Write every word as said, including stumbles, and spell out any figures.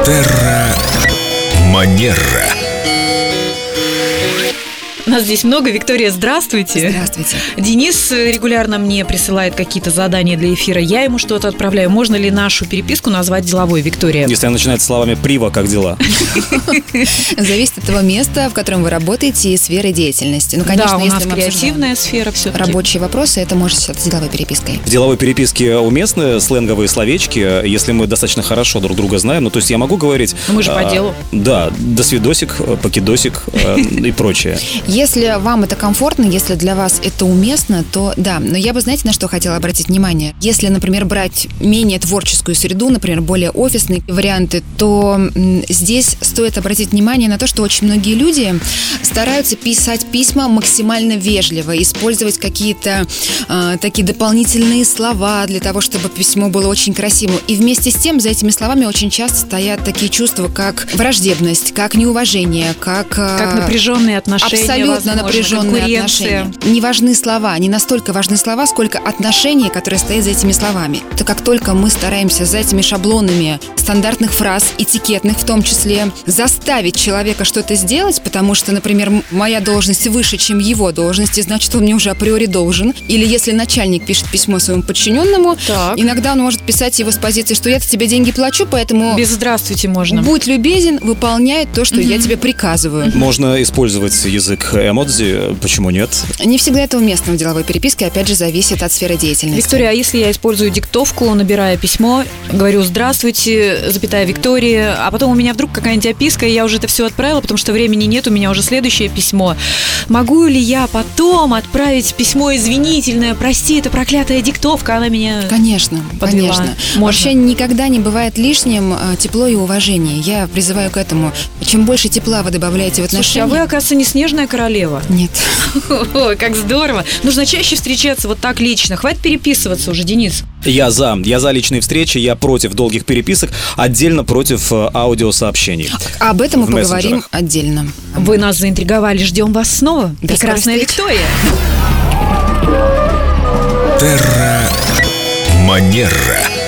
Терра Манера. Нас здесь много. Виктория, здравствуйте. Здравствуйте. Денис регулярно мне присылает какие-то задания для эфира. Я ему что-то отправляю. Можно ли нашу переписку назвать деловой, Виктория? Если она начинает словами «Прива, как дела?» Зависит от того места, в котором вы работаете, и сферы деятельности. Ну, конечно, да, у если нас мы креативная сфера все-таки. Рабочие вопросы, это может считаться деловой перепиской. В деловой переписке уместны сленговые словечки, если мы достаточно хорошо друг друга знаем. Ну, то есть я могу говорить... Мы же по а, делу. Да, досвидосик, покидосик а, и прочее. Если вам это комфортно, если для вас это уместно, то да. Но я бы, знаете, на что хотела обратить внимание? Если, например, брать менее творческую среду, например, более офисные варианты, то м, здесь стоит обратить внимание на то, что очень многие люди стараются писать письма максимально вежливо, использовать какие-то э, такие дополнительные слова для того, чтобы письмо было очень красивым. И вместе с тем за этими словами очень часто стоят такие чувства, как враждебность, как неуважение, как... Э, Как напряженные отношения. Абсолютно возможно, напряженные отношения. Не важны слова, не настолько важны слова, сколько отношения, которые стоят за этими словами. То как только мы стараемся за этими шаблонами стандартных фраз, этикетных в том числе, заставить человека что-то сделать, потому что, например, моя должность выше, чем его должность, и значит, он мне уже априори должен. Или если начальник пишет письмо своему подчиненному, Так. иногда он может писать его с позиции, что я-то тебе деньги плачу, поэтому Без «здравствуйте» можно. будь любезен, выполняй то, что я тебе приказываю. Можно использовать язык эмодзи, почему нет? Не всегда это уместно в деловой переписке, опять же, зависит от сферы деятельности. Виктория, а если я использую диктовку, набирая письмо, говорю «здравствуйте», запятая Виктория, а потом у меня вдруг какая-нибудь описка, и я уже это все отправила, потому что времени нет, у меня уже следующее письмо. Могу ли я потом отправить письмо извинительное? Прости, это проклятая диктовка, она меня... Конечно, подвела. конечно. Можно. Вообще никогда не бывает лишним а, тепло и уважение. Я призываю к этому. Чем больше тепла вы добавляете в отношения... Слушай, а вы, оказывается, не снежная королева. Нет. О, как здорово. Нужно чаще встречаться вот так лично. Хватит переписываться уже, Денис. Я за. Я за личные встречи, я против долгих переписок, отдельно против э, аудиосообщений. А об этом мы В поговорим мессенджерах. отдельно. Вы нас заинтриговали. Ждем вас снова. До Прекрасная скорой встречи. Виктория. Терра Манера.